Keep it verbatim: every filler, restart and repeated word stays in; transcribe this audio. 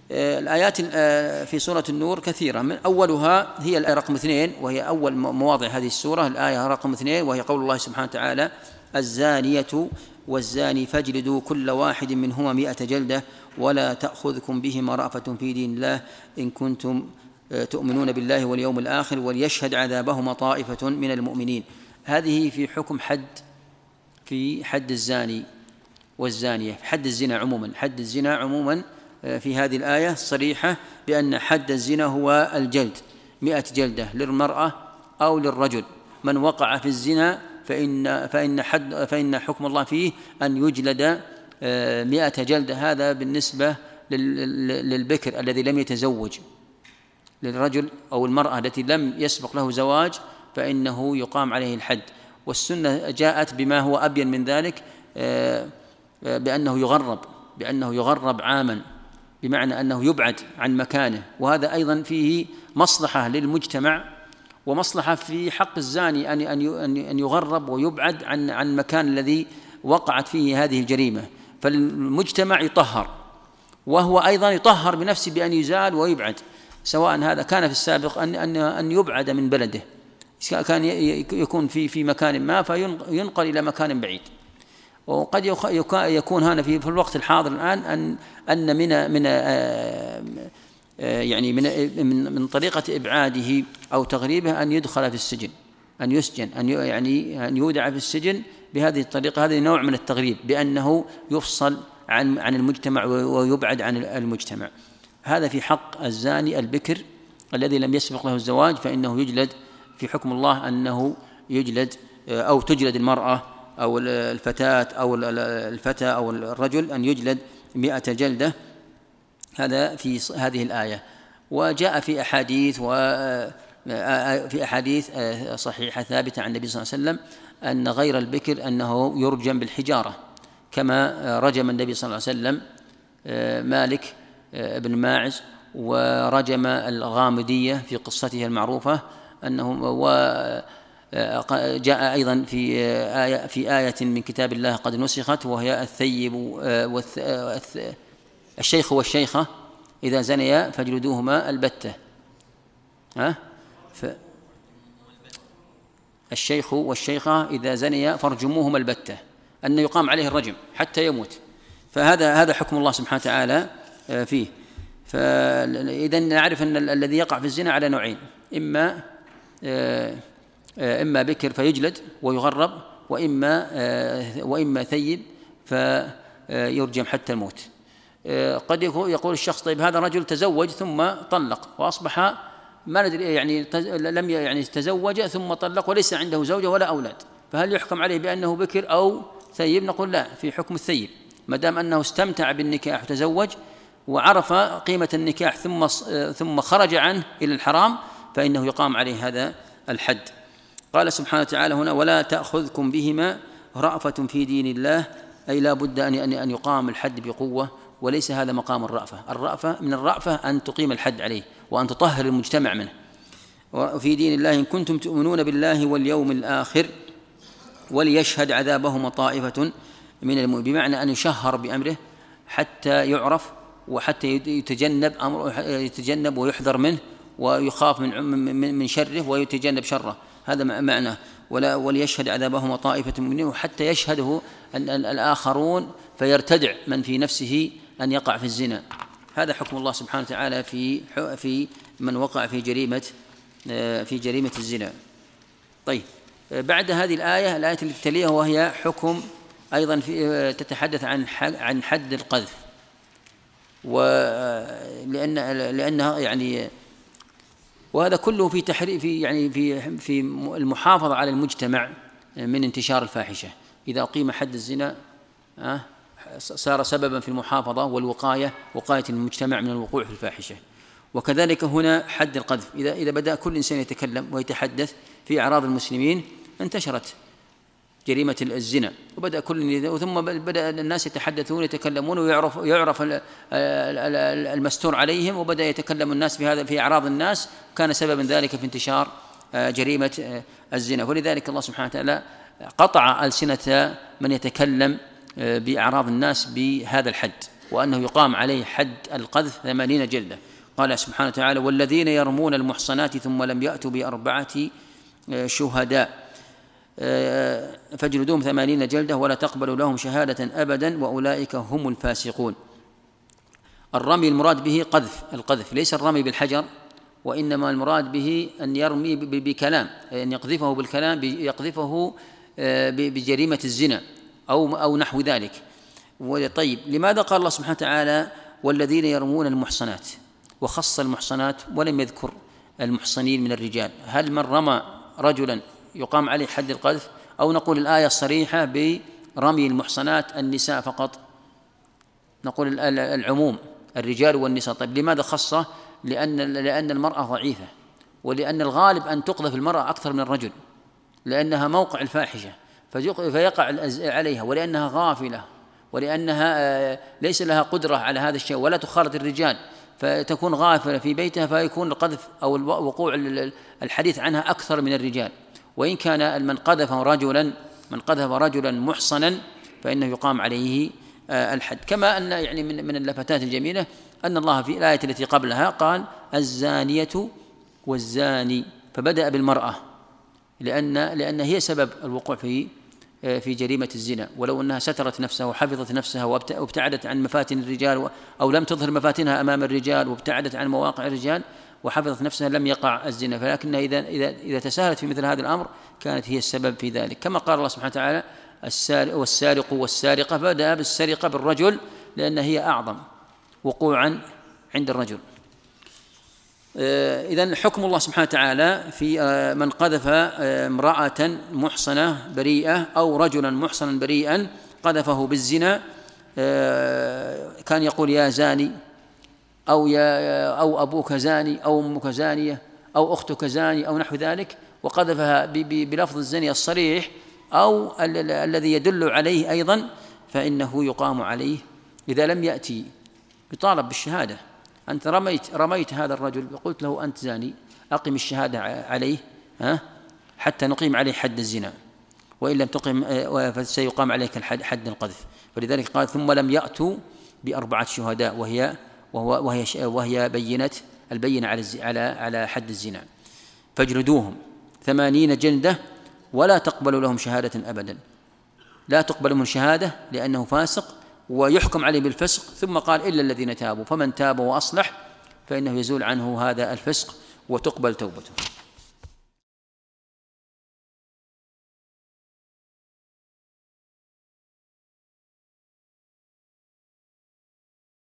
الآيات في سورة النور كثيرة، من أولها هي الآية رقم اثنين، وهي أول مواضع هذه السورة، الآية رقم اثنين، وهي قول الله سبحانه وتعالى: الزانية والزاني فاجلدوا كل واحد منهما مئة جلدة ولا تأخذكم بهما رأفة في دين الله إن كنتم تؤمنون بالله واليوم الآخر وليشهد عذابهما طائفة من المؤمنين. هذه في حكم حد، في حد الزاني والزانية، في حد الزنا عموما. حد الزنا عموما في هذه الآية صريحة بأن حد الزنا هو الجلد، مئة جلدة للمرأة أو للرجل. من وقع في الزنا فإن فإن حد فإن حكم الله فيه أن يجلد مئة جلدة. هذا بالنسبة للبكر الذي لم يتزوج. للرجل أو المرأة التي لم يسبق له زواج فإنه يقام عليه الحد. والسنة جاءت بما هو أبين من ذلك، بأنه يغرب بأنه يغرب عاما، بمعنى أنه يبعد عن مكانه. وهذا أيضا فيه مصلحة للمجتمع ومصلحة في حق الزاني أن أن يغرب ويبعد عن عن المكان الذي وقعت فيه هذه الجريمة. فالمجتمع يطهر، وهو أيضا يطهر بنفسه بأن يزال ويبعد، سواء هذا كان في السابق أن أن أن يبعد من بلده، كان يكون في في مكان ما فينقل إلى مكان بعيد. وقد يكون هنا في في الوقت الحاضر الآن أن أن من من يعني من من طريقة إبعاده أو تغريبه أن يدخل في السجن، أن يسجن، أن يعني أن يودع في السجن بهذه الطريقة. هذا نوع من التغريب، بأنه يفصل عن عن المجتمع ويبعد عن المجتمع. هذا في حق الزاني البكر الذي لم يسبق له الزواج، فإنه يجلد في حكم الله أنه يجلد أو تجلد المرأة أو الفتاة أو الفتى أو الرجل أن يجلد مئة جلدة. هذا في هذه الآية. وجاء في أحاديث وفي أحاديث صحيحة ثابتة عن النبي صلى الله عليه وسلم أن غير البكر أنه يرجم بالحجارة، كما رجم النبي صلى الله عليه وسلم مالك بن ماعز، ورجم الغامدية في قصته المعروفة أنه. وجاء أيضا في آية في آية من كتاب الله قد نسخت، وهي الثيب الشيخ والشيخة إذا زنيا فاجلدوهما البتة. ها ف الشيخ والشيخة إذا زنيا فارجموهما البتة، أن يقام عليه الرجم حتى يموت. فهذا هذا حكم الله سبحانه وتعالى فيه. فإذا نعرف أن الذي يقع في الزنا على نوعين: إما إما بكر فيجلد ويغرب، وإما وإما ثيب فيرجم حتى الموت. قد يقول الشخص: طيب هذا رجل تزوج ثم طلق وأصبح ما ندري يعني لم يعني تزوج ثم طلق وليس عنده زوجة ولا أولاد، فهل يحكم عليه بأنه بكر أو ثيب؟ نقول لا، في حكم الثيب، ما دام أنه استمتع بالنكاح وتزوج وعرف قيمة النكاح ثم ثم خرج عنه إلى الحرام، فإنه يقام عليه هذا الحد. قال سبحانه وتعالى هنا: ولا تأخذكم بهما رأفة في دين الله، أي لا بد أن أن يقام الحد بقوة، وليس هذا مقام الرأفة. الرأفة من الرأفة أن تقيم الحد عليه وأن تطهر المجتمع منه. وفي دين الله إن كنتم تؤمنون بالله واليوم الآخر وليشهد عذابهما طائفة من المؤمنين، بمعنى أن يشهر بأمره حتى يعرف وحتى يتجنب أمر يتجنب ويحذر منه ويخاف من من شره ويتجنب شره. هذا معناه. ولا وليشهد عذابهما طائفة من المؤمنين، وحتى يشهده الآخرون فيرتدع من في نفسه أن يقع في الزنا. هذا حكم الله سبحانه وتعالى في في من وقع في جريمة في جريمة الزنا. طيب، بعد هذه الآية الآية التي تليها وهي حكم أيضا في تتحدث عن عن حد القذف، ولأن لأنها يعني وهذا كله في تحريف في يعني في في المحافظة على المجتمع من انتشار الفاحشة. إذا أقيم حد الزنا صار سببا في المحافظة والوقاية، وقاية المجتمع من الوقوع في الفاحشة. وكذلك هنا حد القذف، إذا إذا بدأ كل إنسان يتكلم ويتحدث في أعراض المسلمين انتشرت جريمة الزنا، وبدأ كل ثم بدأ الناس يتحدثون يتكلمون ويعرف يعرف المستور عليهم، وبدأ يتكلم الناس في هذا في أعراض الناس، كان سببا ذلك في انتشار جريمة الزنا. ولذلك الله سبحانه وتعالى قطع ألسنة من يتكلم بأعراض الناس بهذا الحد. وأنه يقام عليه حد القذف ثمانين جلدة. قال سبحانه وتعالى: والذين يرمون المحصنات ثم لم يأتوا بأربعة شهداء فاجلدوهم ثمانين جلدة ولا تقبلوا لهم شهادة أبدا وأولئك هم الفاسقون. الرمي المراد به قذف القذف ليس الرمي بالحجر، وإنما المراد به أن يرمي بكلام، أن يقذفه بالكلام، يقذفه بجريمة الزنا أو أو نحو ذلك. طيب، لماذا قال الله سبحانه وتعالى والذين يرمون المحصنات وخص المحصنات ولم يذكر المحصنين من الرجال؟ هل من رمى رجلا يقام عليه حد القذف، أو نقول الآية الصريحة برمي المحصنات النساء فقط؟ نقول العموم الرجال والنساء. طيب، لماذا خصه؟ لأن لأن المرأة ضعيفة، ولأن الغالب أن تقذف المرأة أكثر من الرجل، لأنها موقع الفاحشة فيقع عليها، ولأنها غافلة، ولأنها ليس لها قدرة على هذا الشيء ولا تخالط الرجال، فتكون غافلة في بيتها، فيكون القذف أو وقوع الحديث عنها أكثر من الرجال. وإن كان من قذف رجلا من قذف رجلا محصنا فإنه يقام عليه الحد. كما أن يعني من من اللفتات الجميلة أن الله في الآية التي قبلها قال الزانية والزاني، فبدأ بالمرأة لأن لأن هي سبب الوقوع في في جريمة الزنا، ولو أنها سترت نفسها وحفظت نفسها وابتعدت عن مفاتن الرجال أو لم تظهر مفاتنها أمام الرجال وابتعدت عن مواقع الرجال وحفظت نفسها لم يقع الزنا، فلكنها إذا إذا إذا تساهلت في مثل هذا الأمر كانت هي السبب في ذلك. كما قال الله سبحانه وتعالى والسارق والسارقة، بدأ بالسرقة بالرجل لأن هي أعظم وقوعا عند الرجل. إذن حكم الله سبحانه وتعالى في من قذف امرأة محصنة بريئة أو رجلا محصنا بريئا قذفه بالزنا، كان يقول يا زاني أو يا أو أبوك زاني أو أمك زانية أو أختك زاني أو نحو ذلك، وقذفها بلفظ الزاني الصريح أو الذي يدل عليه أيضا، فإنه يقام عليه إذا لم يأتي يطالب بالشهادة. أنت رميت رميت هذا الرجل وقلت له أنت زاني، أقم الشهادة عليه ها حتى نقيم عليه حد الزنا، وإن لم تقم فسيقام عليك الحد حد القذف. ولذلك قال ثم لم يأتوا بأربعة شهداء، وهي وهو وهي وهي بينة البينة على على على حد الزنا. فاجلدوهم ثمانين جلدة ولا تقبلوا لهم شهادة أبدا، لا تقبل من شهادة لأنه فاسق ويحكم عليه بالفسق. ثم قال إلا الذين تابوا، فمن تاب وأصلح فإنه يزول عنه هذا الفسق وتقبل توبته.